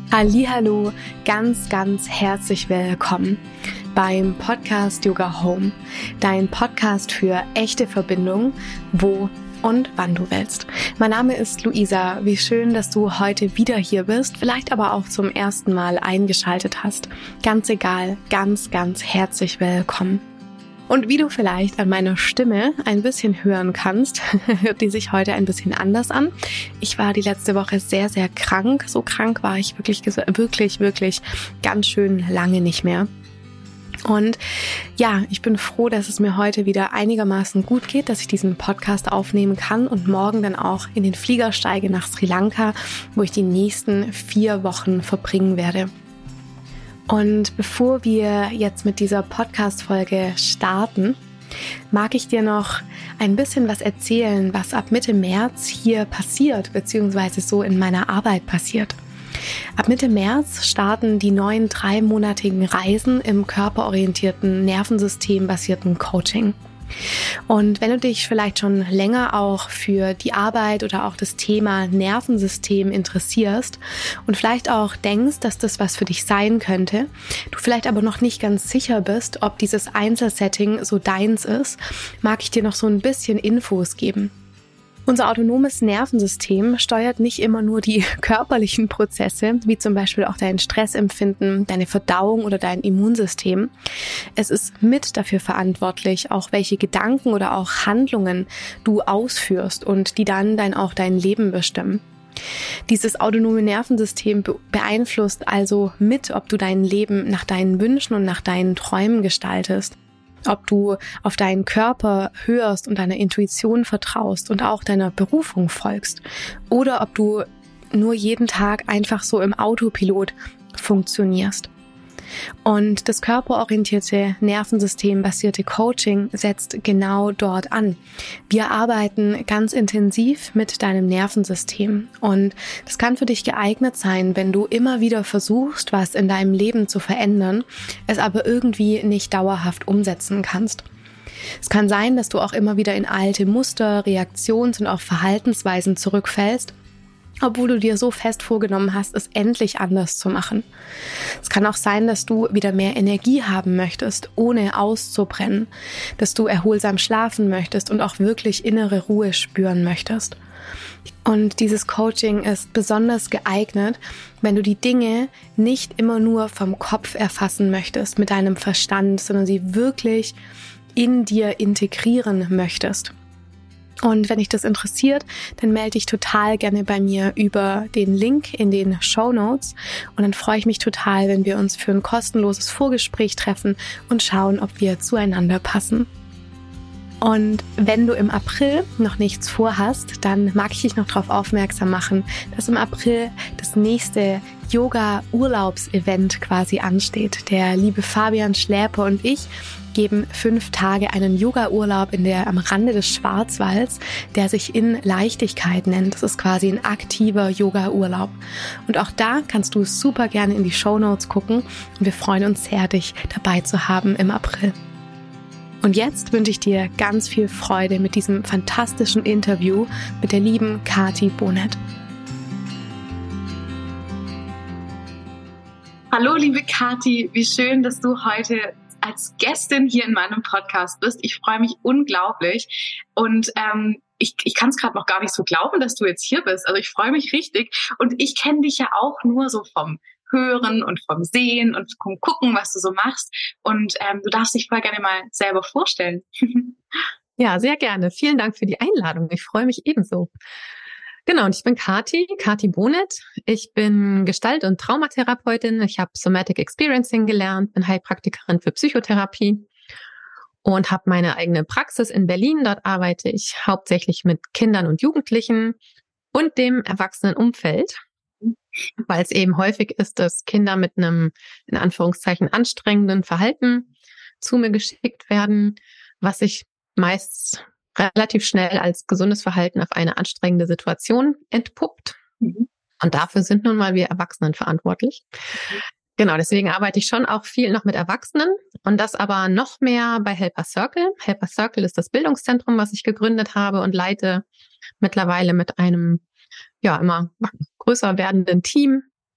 Hallihallo, ganz herzlich willkommen beim Podcast Yoga Home, dein Podcast für echte Verbindung, wo und wann du willst. Mein Name ist Luisa. Wie schön, dass du heute wieder hier bist, vielleicht aber auch zum ersten Mal eingeschaltet hast. Ganz egal, ganz herzlich willkommen. Und wie du vielleicht an meiner Stimme ein bisschen hören kannst, hört die sich heute ein bisschen anders an. Ich war die letzte Woche sehr krank. So krank war ich wirklich ganz schön lange nicht mehr. Und ja, ich bin froh, dass es mir heute wieder einigermaßen gut geht, dass ich diesen Podcast aufnehmen kann und morgen dann auch in den Flieger steige nach Sri Lanka, wo ich die nächsten 4 Wochen verbringen werde. Und bevor wir jetzt mit dieser Podcast-Folge starten, mag ich dir noch ein bisschen was erzählen, was ab Mitte März hier passiert, beziehungsweise so in meiner Arbeit passiert. Ab Mitte März starten die neuen 3-monatigen Reisen im körperorientierten, nervensystembasierten Coaching. Und wenn du dich vielleicht schon länger auch für die Arbeit oder auch das Thema Nervensystem interessierst und vielleicht auch denkst, dass das was für dich sein könnte, du vielleicht aber noch nicht ganz sicher bist, ob dieses Einzelsetting so deins ist, mag ich dir noch so ein bisschen Infos geben. Unser autonomes Nervensystem steuert nicht immer nur die körperlichen Prozesse, wie zum Beispiel auch dein Stressempfinden, deine Verdauung oder dein Immunsystem. Es ist mit dafür verantwortlich, auch welche Gedanken oder auch Handlungen du ausführst und die dann dein Leben bestimmen. Dieses autonome Nervensystem beeinflusst also mit, ob du dein Leben nach deinen Wünschen und nach deinen Träumen gestaltest. Ob du auf deinen Körper hörst und deiner Intuition vertraust und auch deiner Berufung folgst. Oder ob du nur jeden Tag einfach so im Autopilot funktionierst. Und das körperorientierte, nervensystembasierte Coaching setzt genau dort an. Wir arbeiten ganz intensiv mit deinem Nervensystem und das kann für dich geeignet sein, wenn du immer wieder versuchst, was in deinem Leben zu verändern, es aber irgendwie nicht dauerhaft umsetzen kannst. Es kann sein, dass du auch immer wieder in alte Muster, Reaktions- und auch Verhaltensweisen zurückfällst, obwohl du dir so fest vorgenommen hast, es endlich anders zu machen. Es kann auch sein, dass du wieder mehr Energie haben möchtest, ohne auszubrennen, dass du erholsam schlafen möchtest und auch wirklich innere Ruhe spüren möchtest. Und dieses Coaching ist besonders geeignet, wenn du die Dinge nicht immer nur vom Kopf erfassen möchtest, mit deinem Verstand, sondern sie wirklich in dir integrieren möchtest. Und wenn dich das interessiert, dann melde dich total gerne bei mir über den Link in den Shownotes. Und dann freue ich mich total, wenn wir uns für ein kostenloses Vorgespräch treffen und schauen, ob wir zueinander passen. Und wenn du im April noch nichts vorhast, dann mag ich dich noch darauf aufmerksam machen, dass im April das nächste Yoga-Urlaubsevent quasi ansteht. Der liebe Fabian Schläper und ich geben 5 Tage einen Yoga-Urlaub am Rande des Schwarzwalds, der sich in Leichtigkeit nennt. Das ist quasi ein aktiver Yoga-Urlaub. Und auch da kannst du super gerne in die Shownotes gucken und wir freuen uns sehr, dich dabei zu haben im April. Und jetzt wünsche ich dir ganz viel Freude mit diesem fantastischen Interview mit der lieben Kati Bonet. Hallo liebe Kati, wie schön, dass du heute als Gästin hier in meinem Podcast bist. Ich freue mich unglaublich und ich kann es gerade noch gar nicht so glauben, dass du jetzt hier bist. Also ich freue mich richtig und ich kenne dich ja auch nur so vom Hören und vom Sehen und vom Gucken, was du so machst. Und du darfst dich voll gerne mal selber vorstellen. Ja, sehr gerne. Vielen Dank für die Einladung. Ich freue mich ebenso. Genau, und ich bin Kati Bonet. Ich bin Gestalt- und Traumatherapeutin. Ich habe Somatic Experiencing gelernt, bin Heilpraktikerin für Psychotherapie und habe meine eigene Praxis in Berlin. Dort arbeite ich hauptsächlich mit Kindern und Jugendlichen und dem Erwachsenenumfeld, weil es eben häufig ist, dass Kinder mit einem, in Anführungszeichen, anstrengenden Verhalten zu mir geschickt werden, was sich meist relativ schnell als gesundes Verhalten auf eine anstrengende Situation entpuppt. Und dafür sind nun mal wir Erwachsenen verantwortlich. Genau, deswegen arbeite ich schon auch viel noch mit Erwachsenen und das aber noch mehr bei Helper Circle. Helper Circle ist das Bildungszentrum, was ich gegründet habe und leite mittlerweile mit einem immer größer werdenden Team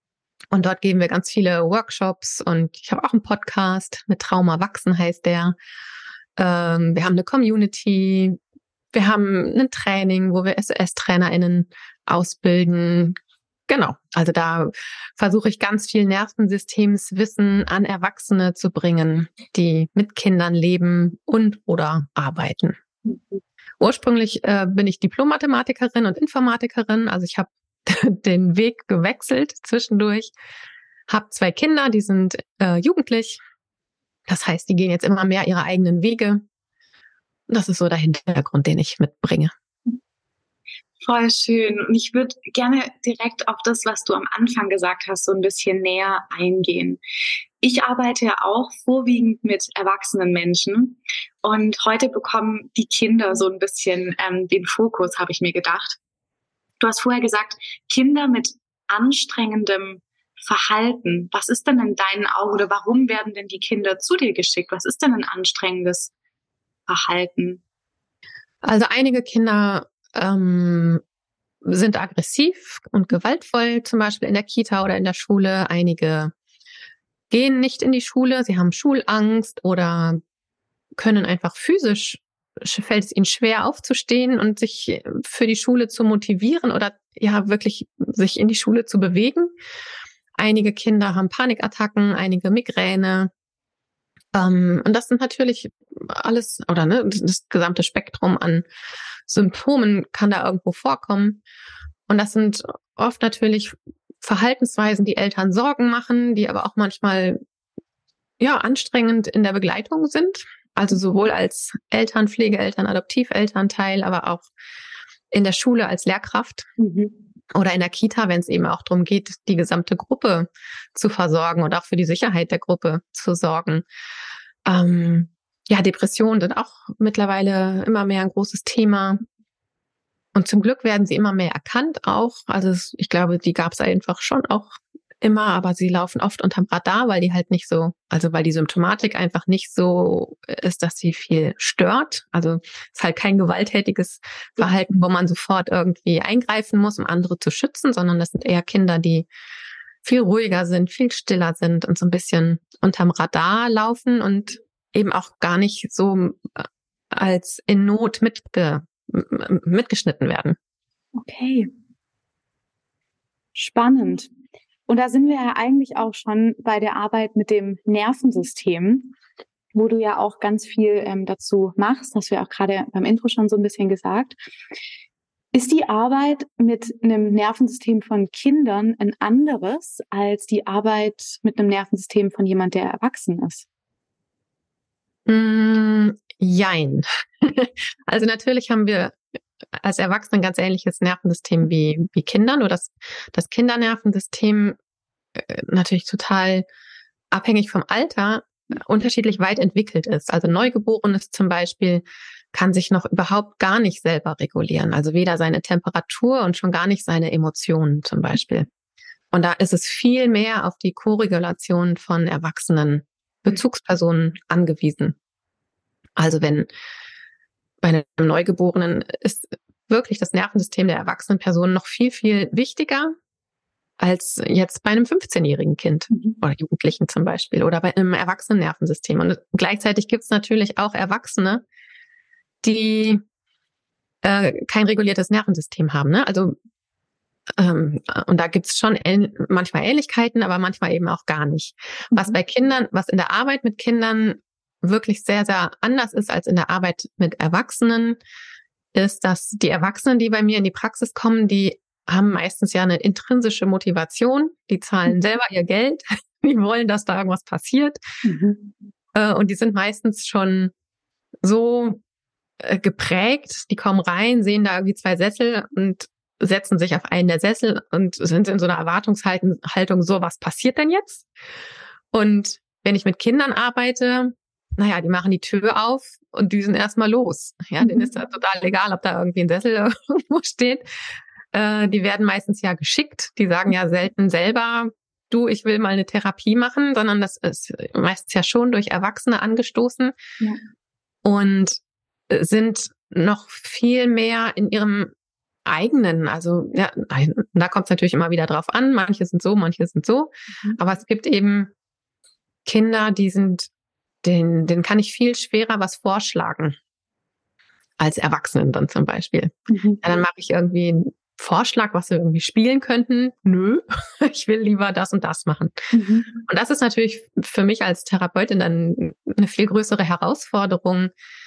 Und dort geben wir ganz viele Workshops und ich habe auch einen Podcast mit Trauma wachsen heißt der. Wir haben eine Community, wir haben ein Training, wo wir SOS-TrainerInnen ausbilden. Genau, also da versuche ich ganz viel Nervensystemswissen an Erwachsene zu bringen, die mit Kindern leben und oder arbeiten. Ursprünglich bin ich Diplom-Mathematikerin und Informatikerin, also ich habe den Weg gewechselt zwischendurch, habe 2 Kinder, die sind jugendlich, das heißt, die gehen jetzt immer mehr ihre eigenen Wege. Das ist so der Hintergrund, den ich mitbringe. Voll schön. Und ich würde gerne direkt auf das, was du am Anfang gesagt hast, so ein bisschen näher eingehen. Ich arbeite ja auch vorwiegend mit erwachsenen Menschen und heute bekommen die Kinder so ein bisschen den Fokus, habe ich mir gedacht. Du hast vorher gesagt, Kinder mit anstrengendem Verhalten. Was ist denn in deinen Augen oder warum werden denn die Kinder zu dir geschickt? Was ist denn ein anstrengendes Verhalten? Also einige Kinder sind aggressiv und gewaltvoll, zum Beispiel in der Kita oder in der Schule. Einige gehen nicht in die Schule, sie haben Schulangst oder können einfach physisch, fällt es ihnen schwer aufzustehen und sich für die Schule zu motivieren oder ja wirklich sich in die Schule zu bewegen. Einige Kinder haben Panikattacken, einige Migräne. Und das sind natürlich alles, oder ne, das gesamte Spektrum an Symptomen kann da irgendwo vorkommen. Und das sind oft natürlich Verhaltensweisen, die Eltern Sorgen machen, die aber auch manchmal ja anstrengend in der Begleitung sind. Also sowohl als Eltern, Pflegeeltern, Adoptivelternteil, aber auch in der Schule als Lehrkraft oder in der Kita, wenn es eben auch darum geht, die gesamte Gruppe zu versorgen und auch für die Sicherheit der Gruppe zu sorgen. Ja, Depressionen sind auch mittlerweile immer mehr ein großes Thema. Und zum Glück werden sie immer mehr erkannt auch. Also ich glaube, die gab es einfach schon auch immer, aber sie laufen oft unterm Radar, weil die halt nicht so, also weil die Symptomatik einfach nicht so ist, dass sie viel stört. Also es ist halt kein gewalttätiges Verhalten, wo man sofort irgendwie eingreifen muss, um andere zu schützen, sondern das sind eher Kinder, die viel ruhiger sind, viel stiller sind und so ein bisschen unterm Radar laufen und eben auch gar nicht so als in Not mitgeschnitten werden. Okay. Spannend. Und da sind wir ja eigentlich auch schon bei der Arbeit mit dem Nervensystem, wo du ja auch ganz viel dazu machst. Hast du ja auch gerade beim Intro schon so ein bisschen gesagt. Ist die Arbeit mit einem Nervensystem von Kindern ein anderes als die Arbeit mit einem Nervensystem von jemand, der erwachsen ist? Jein. Also natürlich haben wir als Erwachsene ein ganz ähnliches Nervensystem wie Kinder, nur dass das Kindernervensystem natürlich total abhängig vom Alter unterschiedlich weit entwickelt ist. Also Neugeborenes zum Beispiel kann sich noch überhaupt gar nicht selber regulieren. Also weder seine Temperatur und schon gar nicht seine Emotionen zum Beispiel. Und da ist es viel mehr auf die Koregulation von erwachsenen Bezugspersonen angewiesen. Also wenn bei einem Neugeborenen ist wirklich das Nervensystem der erwachsenen Person noch viel, viel wichtiger als jetzt bei einem 15-jährigen Kind oder Jugendlichen zum Beispiel oder bei einem erwachsenen Nervensystem. Und gleichzeitig gibt es natürlich auch Erwachsene, die kein reguliertes Nervensystem haben. Ne? Also und da gibt es schon manchmal Ähnlichkeiten, aber manchmal eben auch gar nicht. Was bei Kindern, was in der Arbeit mit Kindern wirklich sehr, sehr anders ist als in der Arbeit mit Erwachsenen, ist, dass die Erwachsenen, die bei mir in die Praxis kommen, die haben meistens ja eine intrinsische Motivation. Die zahlen selber ihr Geld. Die wollen, dass da irgendwas passiert. Und die sind meistens schon so geprägt. Die kommen rein, sehen da irgendwie 2 Sessel und setzen sich auf einen der Sessel und sind in so einer Erwartungshaltung, so, was passiert denn jetzt? Und wenn ich mit Kindern arbeite, naja, die machen die Tür auf und düsen erstmal los. Ja, denen ist das total egal, ob da irgendwie ein Sessel irgendwo steht. Die werden meistens ja geschickt. Die sagen ja selten selber, du, ich will mal eine Therapie machen, sondern das ist meistens ja schon durch Erwachsene angestoßen und sind noch viel mehr in ihrem eigenen, also ja, da kommt es natürlich immer wieder drauf an, manche sind so, aber es gibt eben Kinder, denen kann ich viel schwerer was vorschlagen als Erwachsenen dann zum Beispiel. Ja, dann mache ich irgendwie einen Vorschlag, was sie irgendwie spielen könnten. Nö, ich will lieber das und das machen. Und das ist natürlich für mich als Therapeutin dann eine viel größere Herausforderung.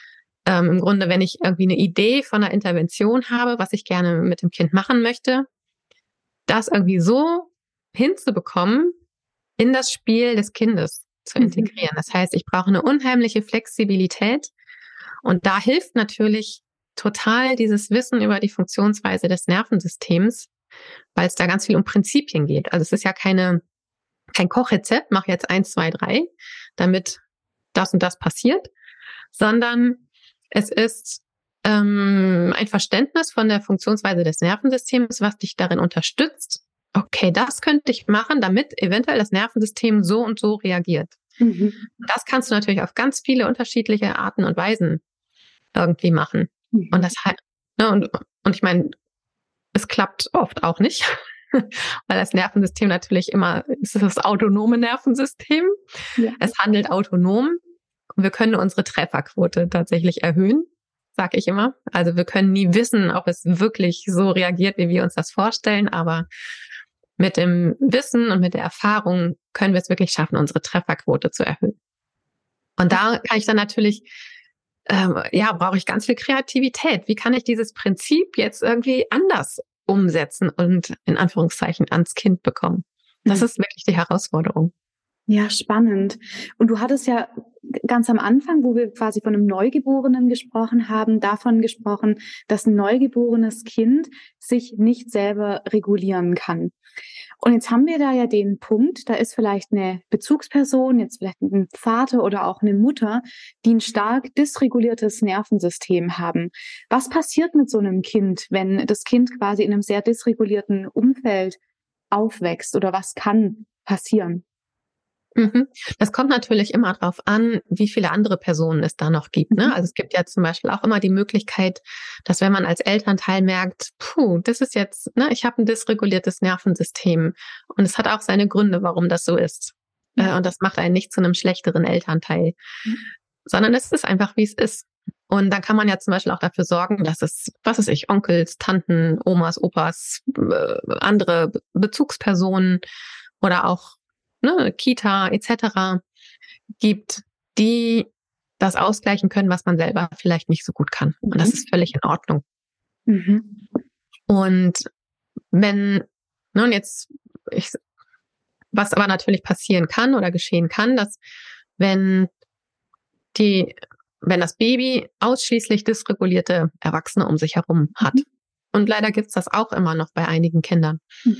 Im Grunde, wenn ich irgendwie eine Idee von einer Intervention habe, was ich gerne mit dem Kind machen möchte, das irgendwie so hinzubekommen, in das Spiel des Kindes zu integrieren. Das heißt, ich brauche eine unheimliche Flexibilität. Und da hilft natürlich total dieses Wissen über die Funktionsweise des Nervensystems, weil es da ganz viel um Prinzipien geht. Also es ist ja kein Kochrezept, mach jetzt 1, 2, 3, damit das und das passiert, sondern es ist ein Verständnis von der Funktionsweise des Nervensystems, was dich darin unterstützt. Okay, das könnte ich machen, damit eventuell das Nervensystem so und so reagiert. Das kannst du natürlich auf ganz viele unterschiedliche Arten und Weisen irgendwie machen. Und das halt, ne, und ich meine, es klappt oft auch nicht, weil das Nervensystem natürlich es ist das autonome Nervensystem. Ja. Es handelt autonom. Und wir können unsere Trefferquote tatsächlich erhöhen, sage ich immer. Also wir können nie wissen, ob es wirklich so reagiert, wie wir uns das vorstellen, aber mit dem Wissen und mit der Erfahrung können wir es wirklich schaffen, unsere Trefferquote zu erhöhen. Und da kann ich dann natürlich, brauche ich ganz viel Kreativität. Wie kann ich dieses Prinzip jetzt irgendwie anders umsetzen und in Anführungszeichen ans Kind bekommen? Das ist wirklich die Herausforderung. Ja, spannend. Und du hattest ja ganz am Anfang, wo wir quasi von einem Neugeborenen gesprochen haben, davon gesprochen, dass ein neugeborenes Kind sich nicht selber regulieren kann. Und jetzt haben wir da ja den Punkt, da ist vielleicht eine Bezugsperson, jetzt vielleicht ein Vater oder auch eine Mutter, die ein stark dysreguliertes Nervensystem haben. Was passiert mit so einem Kind, wenn das Kind quasi in einem sehr dysregulierten Umfeld aufwächst, oder was kann passieren? Das kommt natürlich immer darauf an, wie viele andere Personen es da noch gibt. Ne? Also es gibt ja zum Beispiel auch immer die Möglichkeit, dass wenn man als Elternteil merkt, das ist jetzt, ne, ich habe ein dysreguliertes Nervensystem, und es hat auch seine Gründe, warum das so ist. Und das macht einen nicht zu einem schlechteren Elternteil, sondern es ist einfach, wie es ist. Und dann kann man ja zum Beispiel auch dafür sorgen, dass es, was weiß ich, Onkels, Tanten, Omas, Opas, andere Bezugspersonen oder auch Kita etc. gibt, die das ausgleichen können, was man selber vielleicht nicht so gut kann. Und das ist völlig in Ordnung. Und wenn, und jetzt, was aber natürlich passieren kann oder geschehen kann, dass wenn das Baby ausschließlich dysregulierte Erwachsene um sich herum hat, und leider gibt's das auch immer noch bei einigen Kindern,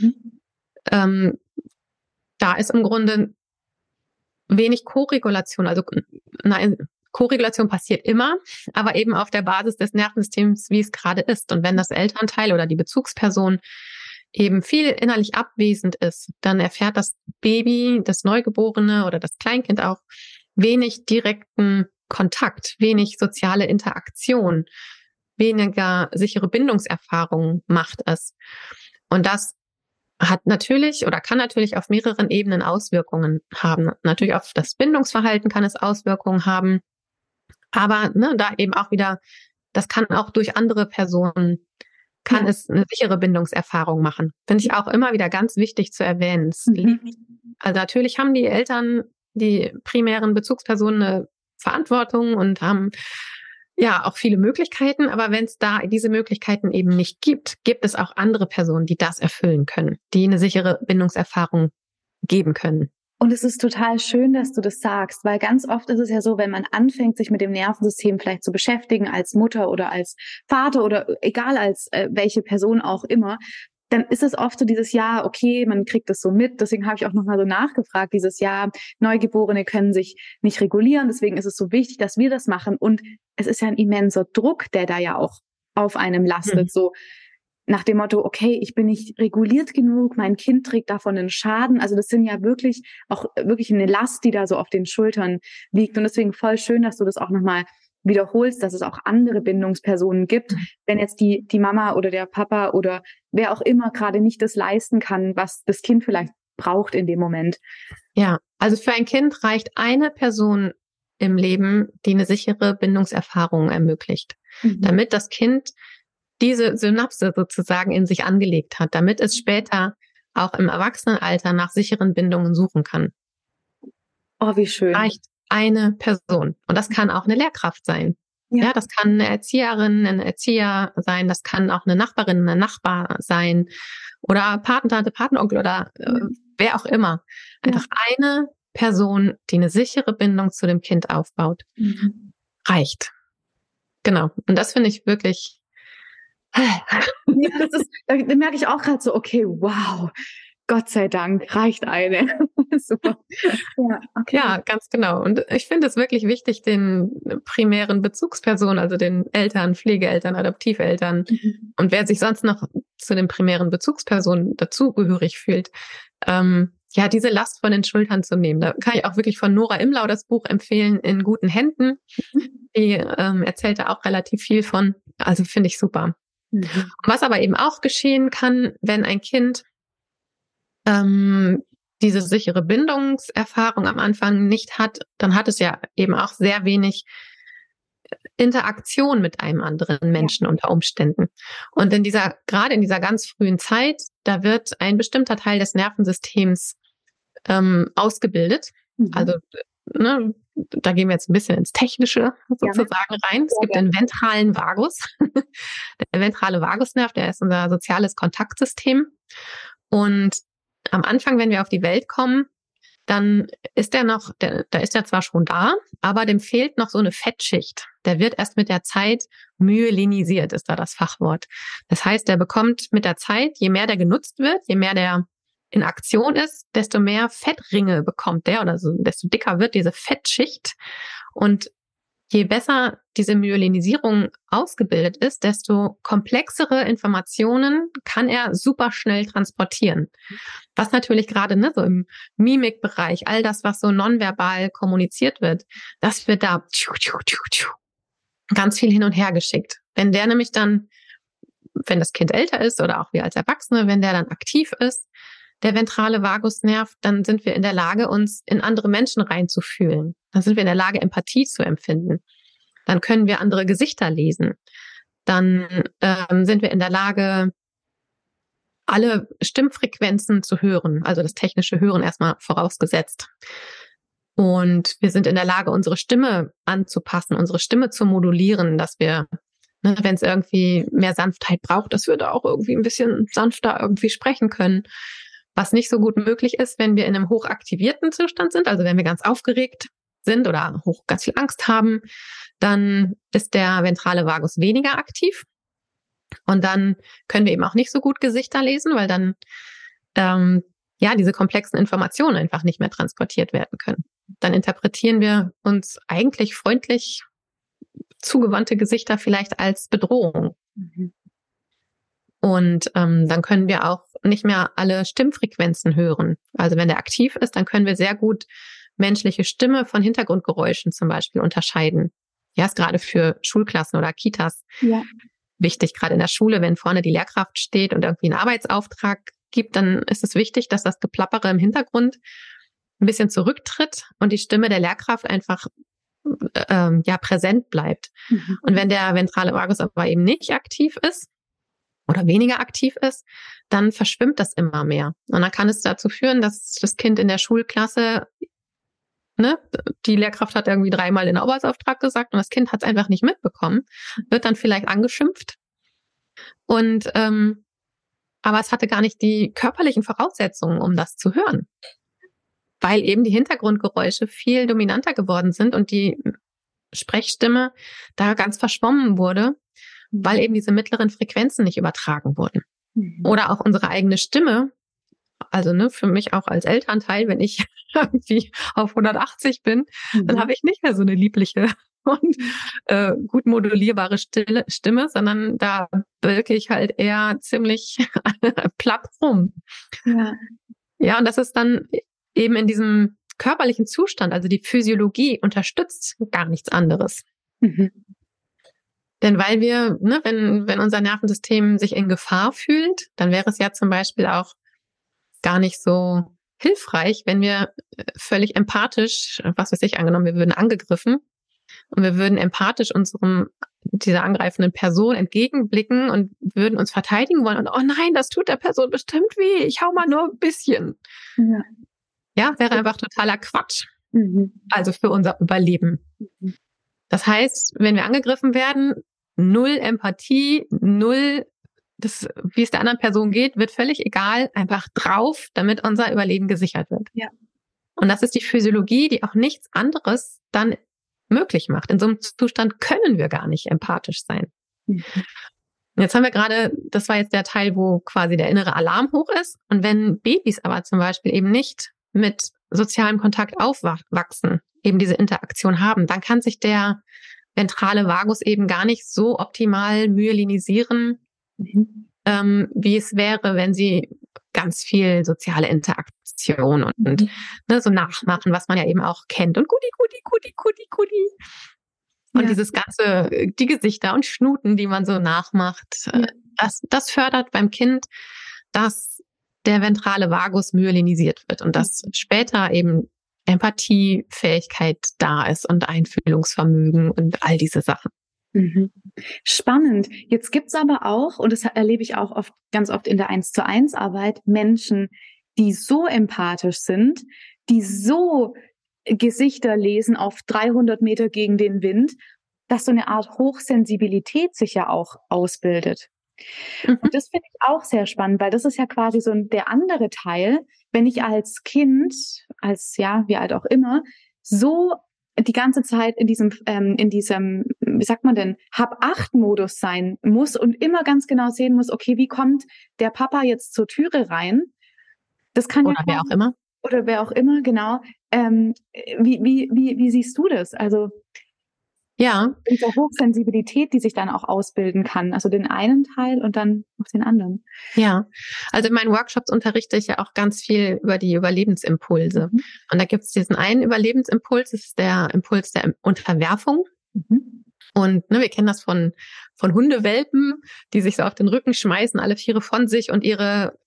da ist im Grunde wenig Koregulation. Also nein, Koregulation passiert immer, aber eben auf der Basis des Nervensystems, wie es gerade ist. Und wenn das Elternteil oder die Bezugsperson eben viel innerlich abwesend ist, dann erfährt das Baby, das Neugeborene oder das Kleinkind auch wenig direkten Kontakt, wenig soziale Interaktion, weniger sichere Bindungserfahrungen macht es. Und das hat natürlich oder kann natürlich auf mehreren Ebenen Auswirkungen haben. Natürlich auf das Bindungsverhalten kann es Auswirkungen haben, aber da eben auch wieder, das kann auch durch andere Personen, kann es eine sichere Bindungserfahrung machen. Finde ich auch immer wieder ganz wichtig zu erwähnen. Also natürlich haben die Eltern, die primären Bezugspersonen, eine Verantwortung und haben ja auch viele Möglichkeiten, aber wenn es da diese Möglichkeiten eben nicht gibt, gibt es auch andere Personen, die das erfüllen können, die eine sichere Bindungserfahrung geben können. Und es ist total schön, dass du das sagst, weil ganz oft ist es ja so, wenn man anfängt, sich mit dem Nervensystem vielleicht zu beschäftigen, als Mutter oder als Vater oder egal als welche Person auch immer, dann ist es oft so dieses Jahr, okay, man kriegt das so mit. Deswegen habe ich auch nochmal so nachgefragt, dieses Jahr, Neugeborene können sich nicht regulieren. Deswegen ist es so wichtig, dass wir das machen. Und es ist ja ein immenser Druck, der da ja auch auf einem lastet. So nach dem Motto, okay, ich bin nicht reguliert genug, mein Kind trägt davon einen Schaden. Also das sind ja wirklich auch wirklich eine Last, die da so auf den Schultern liegt. Und deswegen voll schön, dass du das auch nochmal wiederholst, dass es auch andere Bindungspersonen gibt, wenn jetzt die Mama oder der Papa oder wer auch immer gerade nicht das leisten kann, was das Kind vielleicht braucht in dem Moment. Ja, also für ein Kind reicht eine Person im Leben, die eine sichere Bindungserfahrung ermöglicht, damit das Kind diese Synapse sozusagen in sich angelegt hat, damit es später auch im Erwachsenenalter nach sicheren Bindungen suchen kann. Oh, wie schön. Reicht eine Person. Und das kann auch eine Lehrkraft sein. Ja, das kann eine Erzieherin, ein Erzieher sein, das kann auch eine Nachbarin, ein Nachbar sein oder Patentante, Patenonkel oder wer auch immer. Einfach eine Person, die eine sichere Bindung zu dem Kind aufbaut, reicht. Genau. Und das finde ich wirklich. Da merke ich auch gerade so, okay, wow, Gott sei Dank, reicht eine. Super. Ja, okay. Ja, ganz genau. Und ich finde es wirklich wichtig, den primären Bezugspersonen, also den Eltern, Pflegeeltern, Adoptiveltern und wer sich sonst noch zu den primären Bezugspersonen dazugehörig fühlt, diese Last von den Schultern zu nehmen. Da kann ich auch wirklich von Nora Imlau das Buch empfehlen, In guten Händen. Die erzählt da auch relativ viel von. Also finde ich super. Was aber eben auch geschehen kann, wenn ein Kind diese sichere Bindungserfahrung am Anfang nicht hat, dann hat es ja eben auch sehr wenig Interaktion mit einem anderen Menschen unter Umständen. Und gerade in dieser ganz frühen Zeit, da wird ein bestimmter Teil des Nervensystems ausgebildet. Also, da gehen wir jetzt ein bisschen ins Technische sozusagen rein. Es gibt den ventralen Vagus. Der ventrale Vagusnerv, der ist unser soziales Kontaktsystem. Und am Anfang, wenn wir auf die Welt kommen, dann ist da ist er zwar schon da, aber dem fehlt noch so eine Fettschicht. Der wird erst mit der Zeit myelinisiert, ist da das Fachwort. Das heißt, der bekommt mit der Zeit, je mehr der genutzt wird, je mehr der in Aktion ist, desto mehr Fettringe bekommt der oder so, desto dicker wird diese Fettschicht. Und je besser diese Myelinisierung ausgebildet ist, desto komplexere Informationen kann er super schnell transportieren. Was natürlich gerade so im Mimikbereich, all das, was so nonverbal kommuniziert wird, das wird da ganz viel hin und her geschickt. Wenn der nämlich dann, wenn das Kind älter ist oder auch wir als Erwachsene, wenn der dann aktiv ist, der ventrale Vagusnerv, dann sind wir in der Lage, uns in andere Menschen reinzufühlen. Dann sind wir in der Lage, Empathie zu empfinden. Dann können wir andere Gesichter lesen. Dann sind wir in der Lage, alle Stimmfrequenzen zu hören, also das technische Hören erstmal vorausgesetzt. Und wir sind in der Lage, unsere Stimme anzupassen, unsere Stimme zu modulieren, dass wir, wenn es irgendwie mehr Sanftheit braucht, dass wir da auch irgendwie ein bisschen sanfter irgendwie sprechen können. Was nicht so gut möglich ist, wenn wir in einem hochaktivierten Zustand sind, also wenn wir ganz aufgeregt sind oder ganz viel Angst haben, dann ist der ventrale Vagus weniger aktiv. Und dann können wir eben auch nicht so gut Gesichter lesen, weil dann diese komplexen Informationen einfach nicht mehr transportiert werden können. Dann interpretieren wir uns eigentlich freundlich zugewandte Gesichter vielleicht als Bedrohung. Und dann können wir auch nicht mehr alle Stimmfrequenzen hören. Also wenn der aktiv ist, dann können wir sehr gut menschliche Stimme von Hintergrundgeräuschen zum Beispiel unterscheiden. Ja, ist gerade für Schulklassen oder Kitas wichtig. Gerade in der Schule, wenn vorne die Lehrkraft steht und irgendwie einen Arbeitsauftrag gibt, dann ist es wichtig, dass das Geplappere im Hintergrund ein bisschen zurücktritt und die Stimme der Lehrkraft einfach präsent bleibt. Und wenn der ventrale Vagus aber eben nicht aktiv ist oder weniger aktiv ist, dann verschwimmt das immer mehr. Und dann kann es dazu führen, dass das Kind in der Schulklasse, die Lehrkraft hat irgendwie 3-mal den Arbeitsauftrag gesagt und das Kind hat es einfach nicht mitbekommen, wird dann vielleicht angeschimpft. Und aber es hatte gar nicht die körperlichen Voraussetzungen, um das zu hören. Weil eben die Hintergrundgeräusche viel dominanter geworden sind und die Sprechstimme da ganz verschwommen wurde, weil eben diese mittleren Frequenzen nicht übertragen wurden. Oder auch unsere eigene Stimme, also für mich auch als Elternteil, wenn ich irgendwie auf 180 bin, dann habe ich nicht mehr so eine liebliche und gut modulierbare Stimme, sondern da wirke ich halt eher ziemlich platt rum. Ja, und das ist dann eben in diesem körperlichen Zustand, also die Physiologie unterstützt gar nichts anderes. Mhm. Denn weil wir, ne, wenn unser Nervensystem sich in Gefahr fühlt, dann wäre es ja zum Beispiel auch gar nicht so hilfreich, wenn wir völlig empathisch, was weiß ich, angenommen, wir würden angegriffen und wir würden empathisch dieser angreifenden Person entgegenblicken und würden uns verteidigen wollen und, oh nein, das tut der Person bestimmt weh, ich hau mal nur ein bisschen. Ja. Ja, wäre einfach totaler Quatsch. Mhm. Also für unser Überleben. Mhm. Das heißt, wenn wir angegriffen werden, null Empathie, null, wie es der anderen Person geht, wird völlig egal, einfach drauf, damit unser Überleben gesichert wird. Ja. Und das ist die Physiologie, die auch nichts anderes dann möglich macht. In so einem Zustand können wir gar nicht empathisch sein. Mhm. Jetzt haben wir gerade, das war jetzt der Teil, wo quasi der innere Alarm hoch ist. Und wenn Babys aber zum Beispiel eben nicht mit sozialem Kontakt aufwachsen, eben diese Interaktion haben, dann kann sich der ventrale Vagus eben gar nicht so optimal myelinisieren, wie es wäre, wenn sie ganz viel soziale Interaktion und ne, so nachmachen, was man ja eben auch kennt. Und Gudi. Und dieses ganze, die Gesichter und Schnuten, die man so nachmacht, das fördert beim Kind, dass der ventrale Vagus myelinisiert wird und dass später eben Empathiefähigkeit da ist und Einfühlungsvermögen und all diese Sachen. Mhm. Spannend. Jetzt gibt's aber auch, und das erlebe ich auch ganz oft in der 1:1 Arbeit, Menschen, die so empathisch sind, die so Gesichter lesen auf 300 Meter gegen den Wind, dass so eine Art Hochsensibilität sich ja auch ausbildet. Und das finde ich auch sehr spannend, weil das ist ja quasi so der andere Teil, wenn ich als Kind, wie alt auch immer, so die ganze Zeit in diesem, wie sagt man denn, Hab-Acht-Modus sein muss und immer ganz genau sehen muss, okay, wie kommt der Papa jetzt zur Türe rein? Das kann oder wer auch immer. Oder wer auch immer, genau. Wie siehst du das? Also diese Hochsensibilität, die sich dann auch ausbilden kann. Also den einen Teil und dann auf den anderen. Ja, also in meinen Workshops unterrichte ich ja auch ganz viel über die Überlebensimpulse. Und da gibt es diesen einen Überlebensimpuls, das ist der Impuls der Unterwerfung. Und ne, wir kennen das von Hundewelpen, die sich so auf den Rücken schmeißen, alle Viere von sich und ihre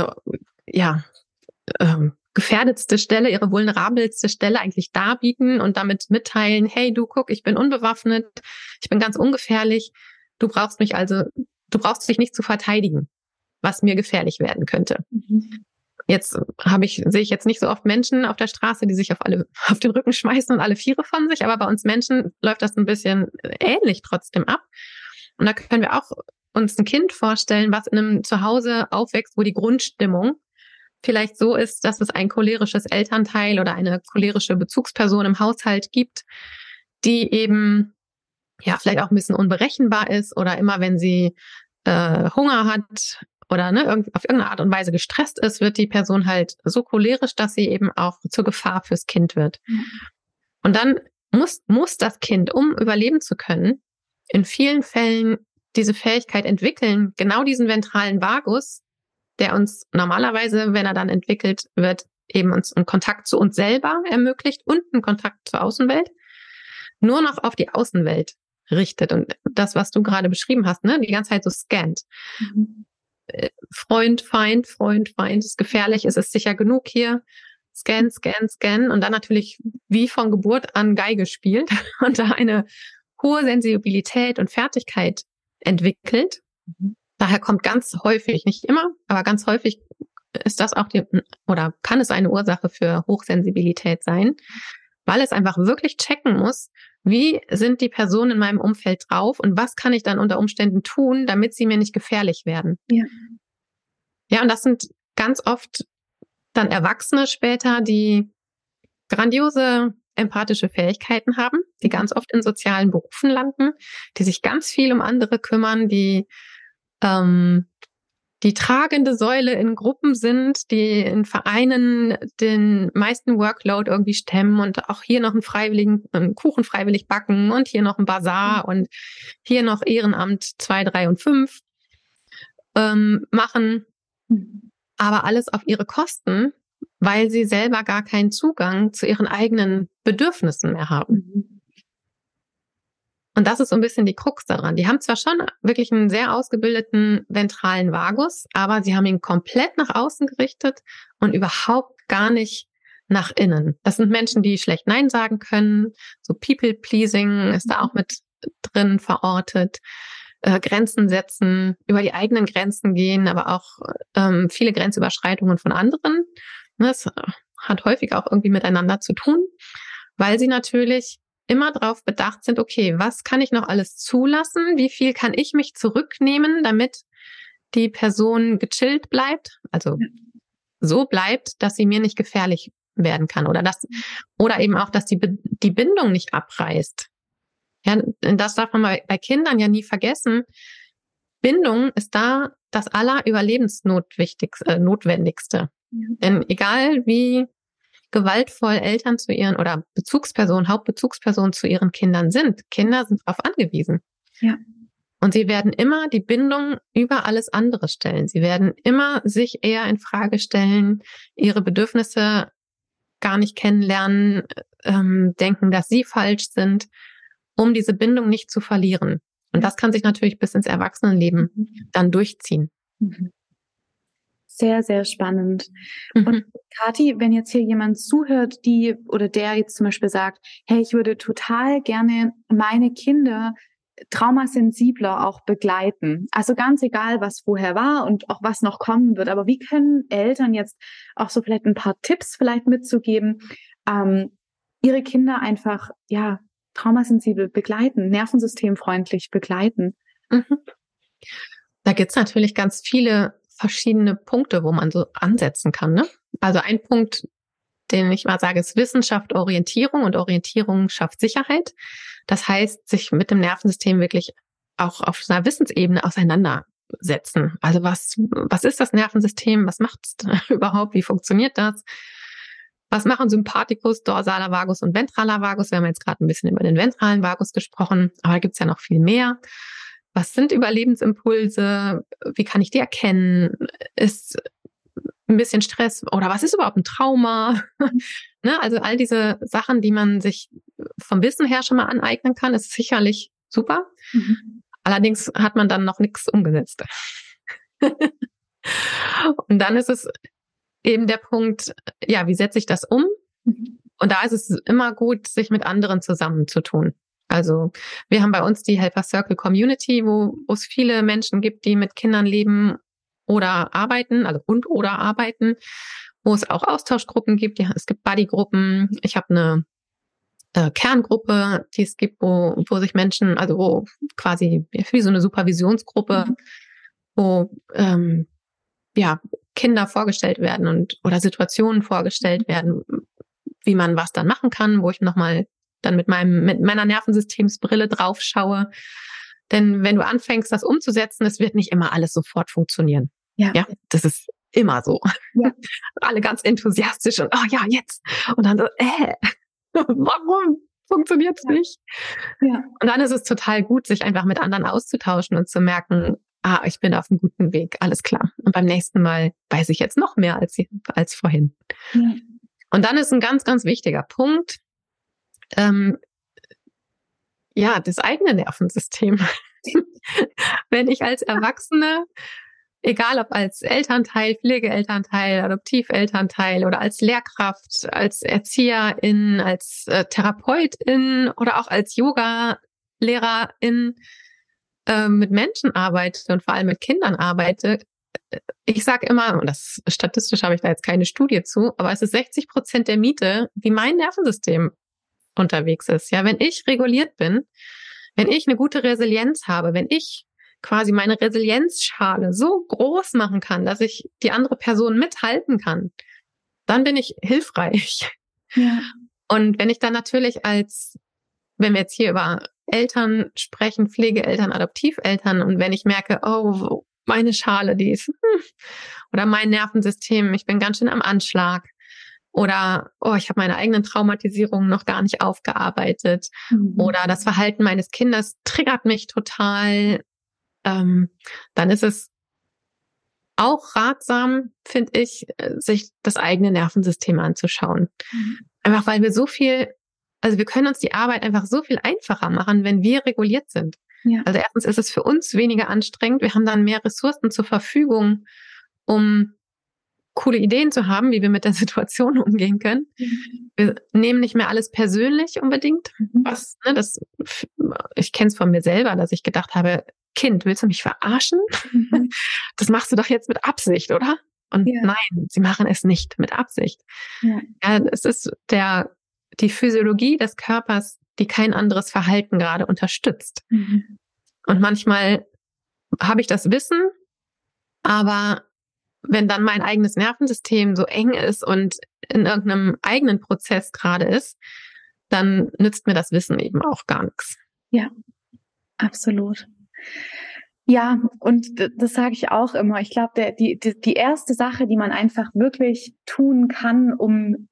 gefährdetste Stelle, ihre vulnerabelste Stelle eigentlich darbieten und damit mitteilen, hey, du guck, ich bin unbewaffnet, ich bin ganz ungefährlich, du brauchst dich nicht zu verteidigen, was mir gefährlich werden könnte. Jetzt sehe ich jetzt nicht so oft Menschen auf der Straße, die sich auf den Rücken schmeißen und alle Viere von sich, aber bei uns Menschen läuft das ein bisschen ähnlich trotzdem ab. Und da können wir auch uns ein Kind vorstellen, was in einem Zuhause aufwächst, wo die Grundstimmung vielleicht so ist, dass es ein cholerisches Elternteil oder eine cholerische Bezugsperson im Haushalt gibt, die eben vielleicht auch ein bisschen unberechenbar ist oder immer, wenn sie Hunger hat oder auf irgendeine Art und Weise gestresst ist, wird die Person halt so cholerisch, dass sie eben auch zur Gefahr fürs Kind wird. Und dann muss das Kind, um überleben zu können, in vielen Fällen diese Fähigkeit entwickeln, genau diesen ventralen Vagus, der uns normalerweise, wenn er dann entwickelt wird, eben uns einen Kontakt zu uns selber ermöglicht und einen Kontakt zur Außenwelt, nur noch auf die Außenwelt richtet. Und das, was du gerade beschrieben hast, ne, die ganze Zeit so scannt. Freund, Feind, ist gefährlich, es ist sicher genug hier. Scan. Und dann natürlich wie von Geburt an Geige spielt und da eine hohe Sensibilität und Fertigkeit entwickelt. Daher kommt ganz häufig, nicht immer, aber ganz häufig ist das auch kann es eine Ursache für Hochsensibilität sein, weil es einfach wirklich checken muss, wie sind die Personen in meinem Umfeld drauf und was kann ich dann unter Umständen tun, damit sie mir nicht gefährlich werden. Ja, und das sind ganz oft dann Erwachsene später, die grandiose empathische Fähigkeiten haben, die ganz oft in sozialen Berufen landen, die sich ganz viel um andere kümmern, die tragende Säule in Gruppen sind, die in Vereinen den meisten Workload irgendwie stemmen und auch hier noch einen Kuchen freiwillig backen und hier noch ein Bazar und hier noch Ehrenamt 2, 3 und 5 machen, aber alles auf ihre Kosten, weil sie selber gar keinen Zugang zu ihren eigenen Bedürfnissen mehr haben. Und das ist so ein bisschen die Krux daran. Die haben zwar schon wirklich einen sehr ausgebildeten ventralen Vagus, aber sie haben ihn komplett nach außen gerichtet und überhaupt gar nicht nach innen. Das sind Menschen, die schlecht Nein sagen können. So People-Pleasing ist da auch mit drin verortet. Grenzen setzen, über die eigenen Grenzen gehen, aber auch viele Grenzüberschreitungen von anderen. Das hat häufig auch irgendwie miteinander zu tun, weil sie natürlich immer darauf bedacht sind, okay, was kann ich noch alles zulassen? Wie viel kann ich mich zurücknehmen, damit die Person gechillt bleibt? Also so bleibt, dass sie mir nicht gefährlich werden kann oder eben auch, dass die Bindung nicht abreißt. Ja, das darf man bei Kindern ja nie vergessen. Bindung ist da das Notwendigste. Ja. Denn egal wie gewaltvoll Eltern zu ihren oder Hauptbezugspersonen zu ihren Kindern sind, Kinder sind darauf angewiesen. Ja. Und sie werden immer die Bindung über alles andere stellen. Sie werden immer sich eher in Frage stellen, ihre Bedürfnisse gar nicht kennenlernen, denken, dass sie falsch sind, um diese Bindung nicht zu verlieren. Und das kann sich natürlich bis ins Erwachsenenleben dann durchziehen. Sehr, sehr spannend. Und Kathi, wenn jetzt hier jemand zuhört, der jetzt zum Beispiel sagt, hey, ich würde total gerne meine Kinder traumasensibler auch begleiten. Also ganz egal, was vorher war und auch was noch kommen wird. Aber wie können Eltern jetzt auch so vielleicht ein paar Tipps vielleicht mitzugeben, ihre Kinder einfach, traumasensibel begleiten, nervensystemfreundlich begleiten? Da gibt's natürlich ganz viele verschiedene Punkte, wo man so ansetzen kann, ne? Also ein Punkt, den ich mal sage, ist Wissenschaft, Orientierung, und Orientierung schafft Sicherheit. Das heißt, sich mit dem Nervensystem wirklich auch auf einer Wissensebene auseinandersetzen. Also was ist das Nervensystem? Was macht es überhaupt? Wie funktioniert das? Was machen Sympathikus, dorsaler Vagus und ventraler Vagus? Wir haben jetzt gerade ein bisschen über den ventralen Vagus gesprochen, aber da gibt's ja noch viel mehr. Was sind Überlebensimpulse? Wie kann ich die erkennen? Ist ein bisschen Stress oder was ist überhaupt ein Trauma? Ne? Also all diese Sachen, die man sich vom Wissen her schon mal aneignen kann, ist sicherlich super. Allerdings hat man dann noch nichts umgesetzt. Und dann ist es eben der Punkt, wie setze ich das um? Und da ist es immer gut, sich mit anderen zusammenzutun. Also wir haben bei uns die Helper Circle Community, wo es viele Menschen gibt, die mit Kindern leben oder arbeiten, oder arbeiten, wo es auch Austauschgruppen gibt. Ja, es gibt Buddy-Gruppen. Ich habe eine Kerngruppe, die es gibt, wo sich Menschen, also wo quasi wie so eine Supervisionsgruppe, wo Kinder vorgestellt werden oder Situationen vorgestellt werden, wie man was dann machen kann, wo ich nochmal dann mit meiner Nervensystemsbrille drauf schaue. Denn wenn du anfängst, das umzusetzen, es wird nicht immer alles sofort funktionieren. Ja, das ist immer so. Ja. Alle ganz enthusiastisch und jetzt. Und dann so, warum funktioniert's nicht? Ja. Und dann ist es total gut, sich einfach mit anderen auszutauschen und zu merken, ich bin auf einem guten Weg, alles klar. Und beim nächsten Mal weiß ich jetzt noch mehr als vorhin. Ja. Und dann ist ein ganz, ganz wichtiger Punkt, das eigene Nervensystem. Wenn ich als Erwachsene, egal ob als Elternteil, Pflegeelternteil, Adoptivelternteil oder als Lehrkraft, als Erzieherin, als Therapeutin oder auch als Yoga-Lehrerin mit Menschen arbeite und vor allem mit Kindern arbeite, ich sage immer, und das statistisch habe ich da jetzt keine Studie zu, aber es ist 60% der Miete, wie mein Nervensystem unterwegs ist. Ja, wenn ich reguliert bin, wenn ich eine gute Resilienz habe, wenn ich quasi meine Resilienzschale so groß machen kann, dass ich die andere Person mithalten kann, dann bin ich hilfreich. Ja. Und wenn ich dann natürlich wenn wir jetzt hier über Eltern sprechen, Pflegeeltern, Adoptiveltern, und wenn ich merke, meine Schale, die ist, oder mein Nervensystem, ich bin ganz schön am Anschlag, oder ich habe meine eigenen Traumatisierungen noch gar nicht aufgearbeitet, oder das Verhalten meines Kindes triggert mich total, dann ist es auch ratsam, finde ich, sich das eigene Nervensystem anzuschauen. Einfach weil wir so viel also wir können uns die Arbeit einfach so viel einfacher machen, wenn wir reguliert sind. Ja. Also erstens ist es für uns weniger anstrengend. Wir haben dann mehr Ressourcen zur Verfügung, um coole Ideen zu haben, wie wir mit der Situation umgehen können. Wir nehmen nicht mehr alles persönlich unbedingt. Ich kenne es von mir selber, dass ich gedacht habe, Kind, willst du mich verarschen? Das machst du doch jetzt mit Absicht, oder? Und nein, sie machen es nicht mit Absicht. Ja, es ist die Physiologie des Körpers, die kein anderes Verhalten gerade unterstützt. Und manchmal habe ich das Wissen, aber wenn dann mein eigenes Nervensystem so eng ist und in irgendeinem eigenen Prozess gerade ist, dann nützt mir das Wissen eben auch gar nichts. Ja, absolut. Ja, und das sage ich auch immer. Ich glaube, die erste Sache, die man einfach wirklich tun kann, um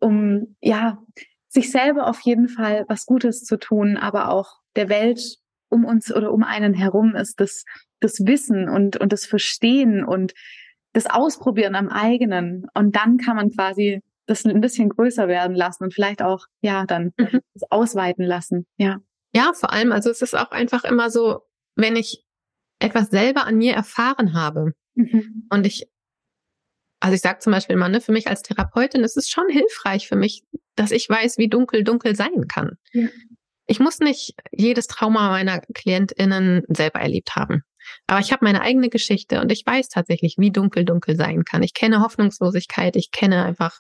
sich selber auf jeden Fall was Gutes zu tun, aber auch der Welt um uns oder um einen herum, ist das Wissen und das Verstehen und das Ausprobieren am eigenen. Und dann kann man quasi das ein bisschen größer werden lassen und vielleicht auch dann das ausweiten lassen. Ja, vor allem, also es ist auch einfach immer so, wenn ich etwas selber an mir erfahren habe und ich sage zum Beispiel mal, für mich als Therapeutin, es ist schon hilfreich für mich, dass ich weiß, wie dunkel sein kann. Ja. Ich muss nicht jedes Trauma meiner KlientInnen selber erlebt haben. Aber ich habe meine eigene Geschichte und ich weiß tatsächlich, wie dunkel sein kann. Ich kenne Hoffnungslosigkeit, ich kenne einfach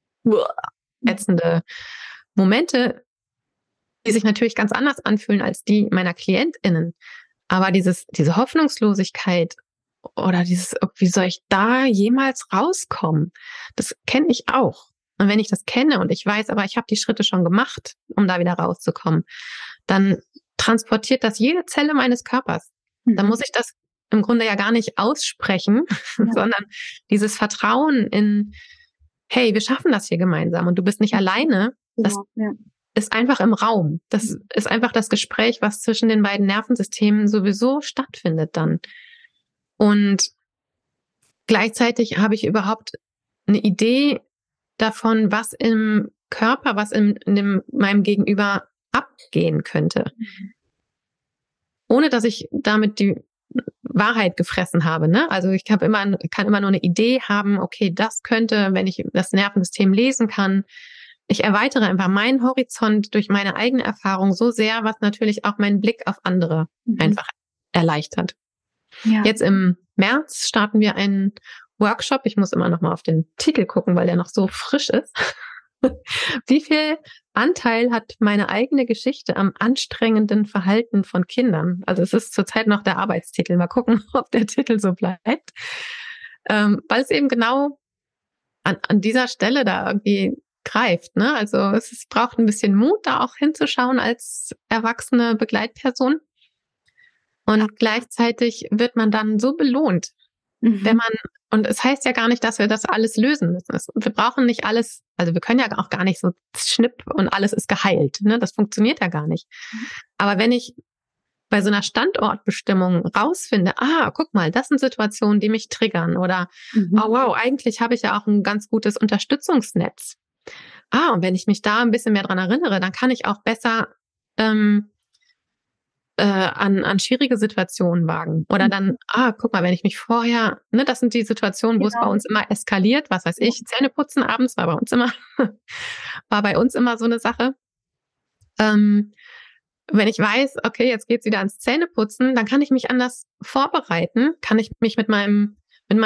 ätzende Momente, die sich natürlich ganz anders anfühlen als die meiner KlientInnen. Aber diese Hoffnungslosigkeit oder wie soll ich da jemals rauskommen? Das kenne ich auch. Und wenn ich das kenne und ich weiß, aber ich habe die Schritte schon gemacht, um da wieder rauszukommen, dann transportiert das jede Zelle meines Körpers. Dann muss ich das im Grunde ja gar nicht aussprechen, sondern dieses Vertrauen in, hey, wir schaffen das hier gemeinsam und du bist nicht alleine, das ist einfach im Raum. Das ist einfach das Gespräch, was zwischen den beiden Nervensystemen sowieso stattfindet dann. Und gleichzeitig habe ich überhaupt eine Idee davon, was im Körper, was in meinem Gegenüber abgehen könnte. Ohne dass ich damit die Wahrheit gefressen habe, ne? Also ich kann immer nur eine Idee haben, okay, das könnte, wenn ich das Nervensystem lesen kann, ich erweitere einfach meinen Horizont durch meine eigene Erfahrung so sehr, was natürlich auch meinen Blick auf andere einfach erleichtert. Ja. Jetzt im März starten wir einen Workshop. Ich muss immer noch mal auf den Titel gucken, weil der noch so frisch ist. Wie viel Anteil hat meine eigene Geschichte am anstrengenden Verhalten von Kindern? Also es ist zurzeit noch der Arbeitstitel. Mal gucken, ob der Titel so bleibt. Weil es eben genau an dieser Stelle da irgendwie greift, ne? Also es braucht ein bisschen Mut, da auch hinzuschauen als erwachsene Begleitperson. Und gleichzeitig wird man dann so belohnt, wenn man, und es heißt ja gar nicht, dass wir das alles lösen müssen. Wir brauchen nicht alles, also wir können ja auch gar nicht so schnipp und alles ist geheilt, ne? Das funktioniert ja gar nicht. Aber wenn ich bei so einer Standortbestimmung rausfinde, guck mal, das sind Situationen, die mich triggern oder, oh wow, eigentlich habe ich ja auch ein ganz gutes Unterstützungsnetz. Und wenn ich mich da ein bisschen mehr dran erinnere, dann kann ich auch besser an schwierige Situationen wagen. Oder dann, guck mal, wenn ich mich vorher, ne, das sind die Situationen, wo es bei uns immer eskaliert, was weiß ich, Zähneputzen abends war bei uns immer so eine Sache. Wenn ich weiß, okay, jetzt geht's wieder ans Zähneputzen, dann kann ich mich anders vorbereiten, kann ich mich mit meinen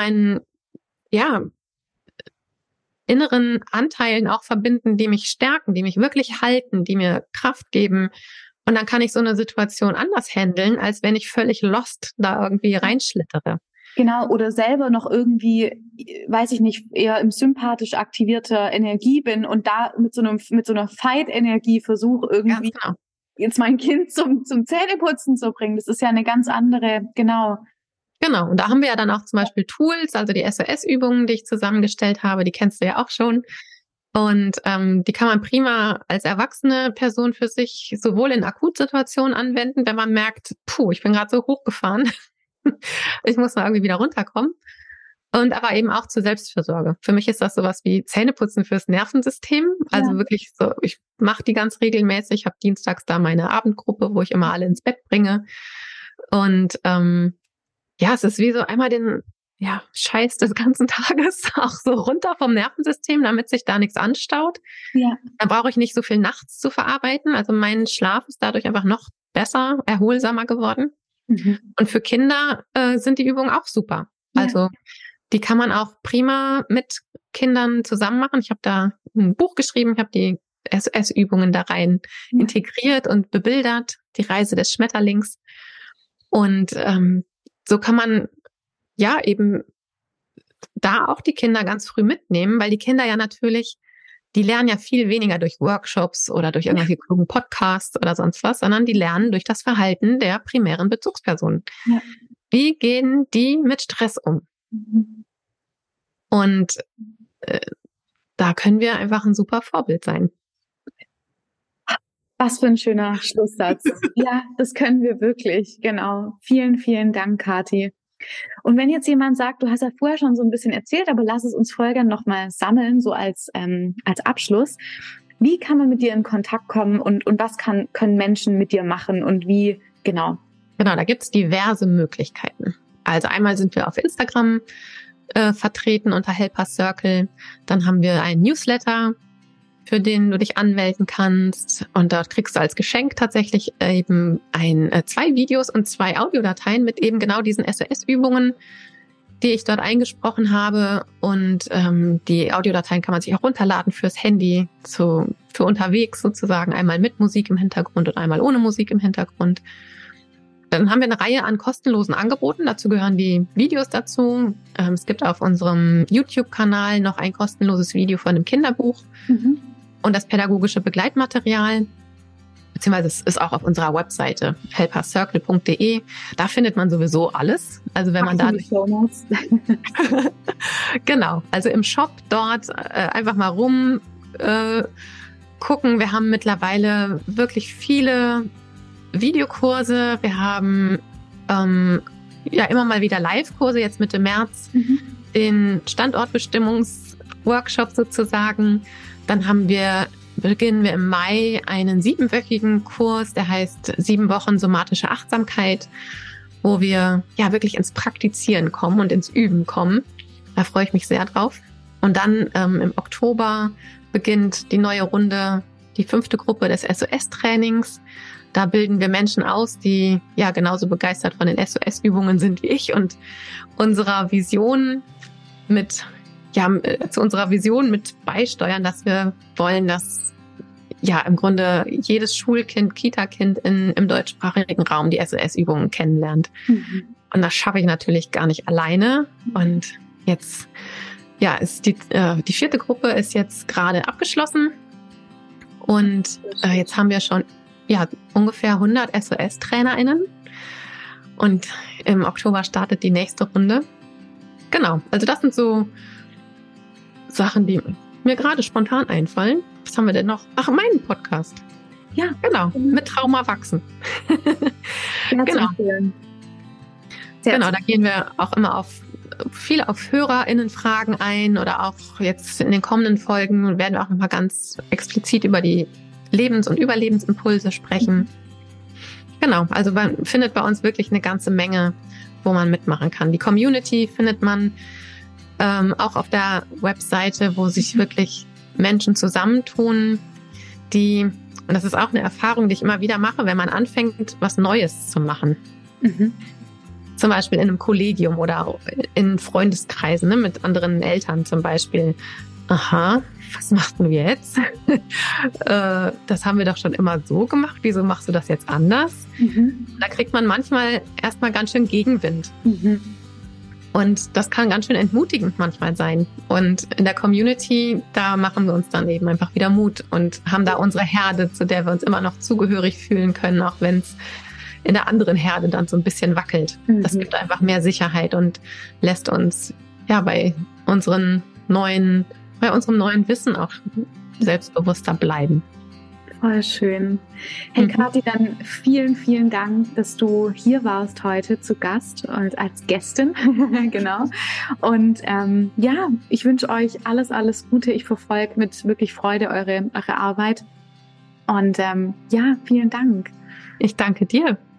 inneren Anteilen auch verbinden, die mich stärken, die mich wirklich halten, die mir Kraft geben. Und dann kann ich so eine Situation anders handeln, als wenn ich völlig lost da irgendwie reinschlittere. Genau, oder selber noch irgendwie, weiß ich nicht, eher im sympathisch aktivierter Energie bin und da mit so einer Fight-Energie versuche irgendwie jetzt mein Kind zum Zähneputzen zu bringen. Das ist ja eine ganz andere, Genau, und da haben wir ja dann auch zum Beispiel Tools, also die SOS-Übungen, die ich zusammengestellt habe, die kennst du ja auch schon. Und die kann man prima als erwachsene Person für sich sowohl in Akutsituationen anwenden, wenn man merkt, ich bin gerade so hochgefahren, ich muss mal irgendwie wieder runterkommen. Und aber eben auch zur Selbstfürsorge. Für mich ist das sowas wie Zähneputzen fürs Nervensystem. Also wirklich so, ich mache die ganz regelmäßig. Ich habe dienstags da meine Abendgruppe, wo ich immer alle ins Bett bringe. Und es ist wie so einmal den Scheiß des ganzen Tages auch so runter vom Nervensystem, damit sich da nichts anstaut. Ja. Da brauche ich nicht so viel nachts zu verarbeiten. Also mein Schlaf ist dadurch einfach noch besser, erholsamer geworden. Und für Kinder sind die Übungen auch super. Ja. Also die kann man auch prima mit Kindern zusammen machen. Ich habe da ein Buch geschrieben, ich habe die SOS-Übungen da rein integriert und bebildert, die Reise des Schmetterlings. Und so kann man eben da auch die Kinder ganz früh mitnehmen, weil die Kinder ja natürlich, die lernen ja viel weniger durch Workshops oder durch irgendwelche klugen Podcasts oder sonst was, sondern die lernen durch das Verhalten der primären Bezugspersonen. Ja. Wie gehen die mit Stress um? Und da können wir einfach ein super Vorbild sein. Was für ein schöner Schlusssatz. Ja, das können wir wirklich. Genau. Vielen, vielen Dank, Kathi. Und wenn jetzt jemand sagt, du hast ja vorher schon so ein bisschen erzählt, aber lass es uns vorher nochmal sammeln, so als Abschluss. Wie kann man mit dir in Kontakt kommen und was können Menschen mit dir machen und wie, genau? Genau, da gibt's diverse Möglichkeiten. Also einmal sind wir auf Instagram vertreten unter Helper Circle. Dann haben wir einen Newsletter, für den du dich anmelden kannst. Und dort kriegst du als Geschenk tatsächlich eben 2 Videos und 2 Audiodateien mit eben genau diesen SOS-Übungen, die ich dort eingesprochen habe. Und die Audiodateien kann man sich auch runterladen fürs Handy, für unterwegs sozusagen. Einmal mit Musik im Hintergrund und einmal ohne Musik im Hintergrund. Dann haben wir eine Reihe an kostenlosen Angeboten. Dazu gehören die Videos dazu. Es gibt auf unserem YouTube-Kanal noch ein kostenloses Video von einem Kinderbuch und das pädagogische Begleitmaterial. Beziehungsweise es ist auch auf unserer Webseite helpercircle.de. Da findet man sowieso alles. Also wenn man da genau, also im Shop dort einfach mal rum gucken. Wir haben mittlerweile wirklich viele Videokurse, wir haben immer mal wieder Live-Kurse, jetzt Mitte März, den Standortbestimmungs-Workshop sozusagen. Dann beginnen wir im Mai einen 7-wöchigen Kurs, der heißt 7 Wochen somatische Achtsamkeit, wo wir wirklich ins Praktizieren kommen und ins Üben kommen. Da freue ich mich sehr drauf. Und dann im Oktober beginnt die neue Runde, die 5. Gruppe des SOS-Trainings. Da bilden wir Menschen aus, die genauso begeistert von den SOS-Übungen sind wie ich und unserer Vision mit beisteuern, dass wir wollen, dass im Grunde jedes Schulkind, Kita-Kind im deutschsprachigen Raum die SOS-Übungen kennenlernt. Und das schaffe ich natürlich gar nicht alleine. Und jetzt ist die 4. Gruppe ist jetzt gerade abgeschlossen. Und jetzt haben wir schon ungefähr 100 SOS-TrainerInnen. Und im Oktober startet die nächste Runde. Genau, also das sind so Sachen, die mir gerade spontan einfallen. Was haben wir denn noch? Ach, meinen Podcast. Ja, genau, mit Trauma wachsen. Genau. Genau, da gehen wir auch immer viel auf HörerInnen-Fragen ein oder auch jetzt in den kommenden Folgen werden wir auch nochmal ganz explizit über die Lebens- und Überlebensimpulse sprechen. Genau, also man findet bei uns wirklich eine ganze Menge, wo man mitmachen kann. Die Community findet man auch auf der Webseite, wo sich wirklich Menschen zusammentun, und das ist auch eine Erfahrung, die ich immer wieder mache, wenn man anfängt, was Neues zu machen. Zum Beispiel in einem Kollegium oder in Freundeskreisen, mit anderen Eltern zum Beispiel. Aha, was machst du jetzt? Das haben wir doch schon immer so gemacht. Wieso machst du das jetzt anders? Da kriegt man manchmal erstmal ganz schön Gegenwind. Und das kann ganz schön entmutigend manchmal sein. Und in der Community, da machen wir uns dann eben einfach wieder Mut und haben da unsere Herde, zu der wir uns immer noch zugehörig fühlen können, auch wenn es in der anderen Herde dann so ein bisschen wackelt. Das gibt einfach mehr Sicherheit und lässt uns bei unserem neuen Wissen auch selbstbewusster bleiben. Voll schön. Hey Kathi, dann vielen, vielen Dank, dass du hier warst heute zu Gast und als Gästin. Genau. Und ich wünsche euch alles Gute. Ich verfolge mit wirklich Freude eure Arbeit. Und ja, vielen Dank. Ich danke dir.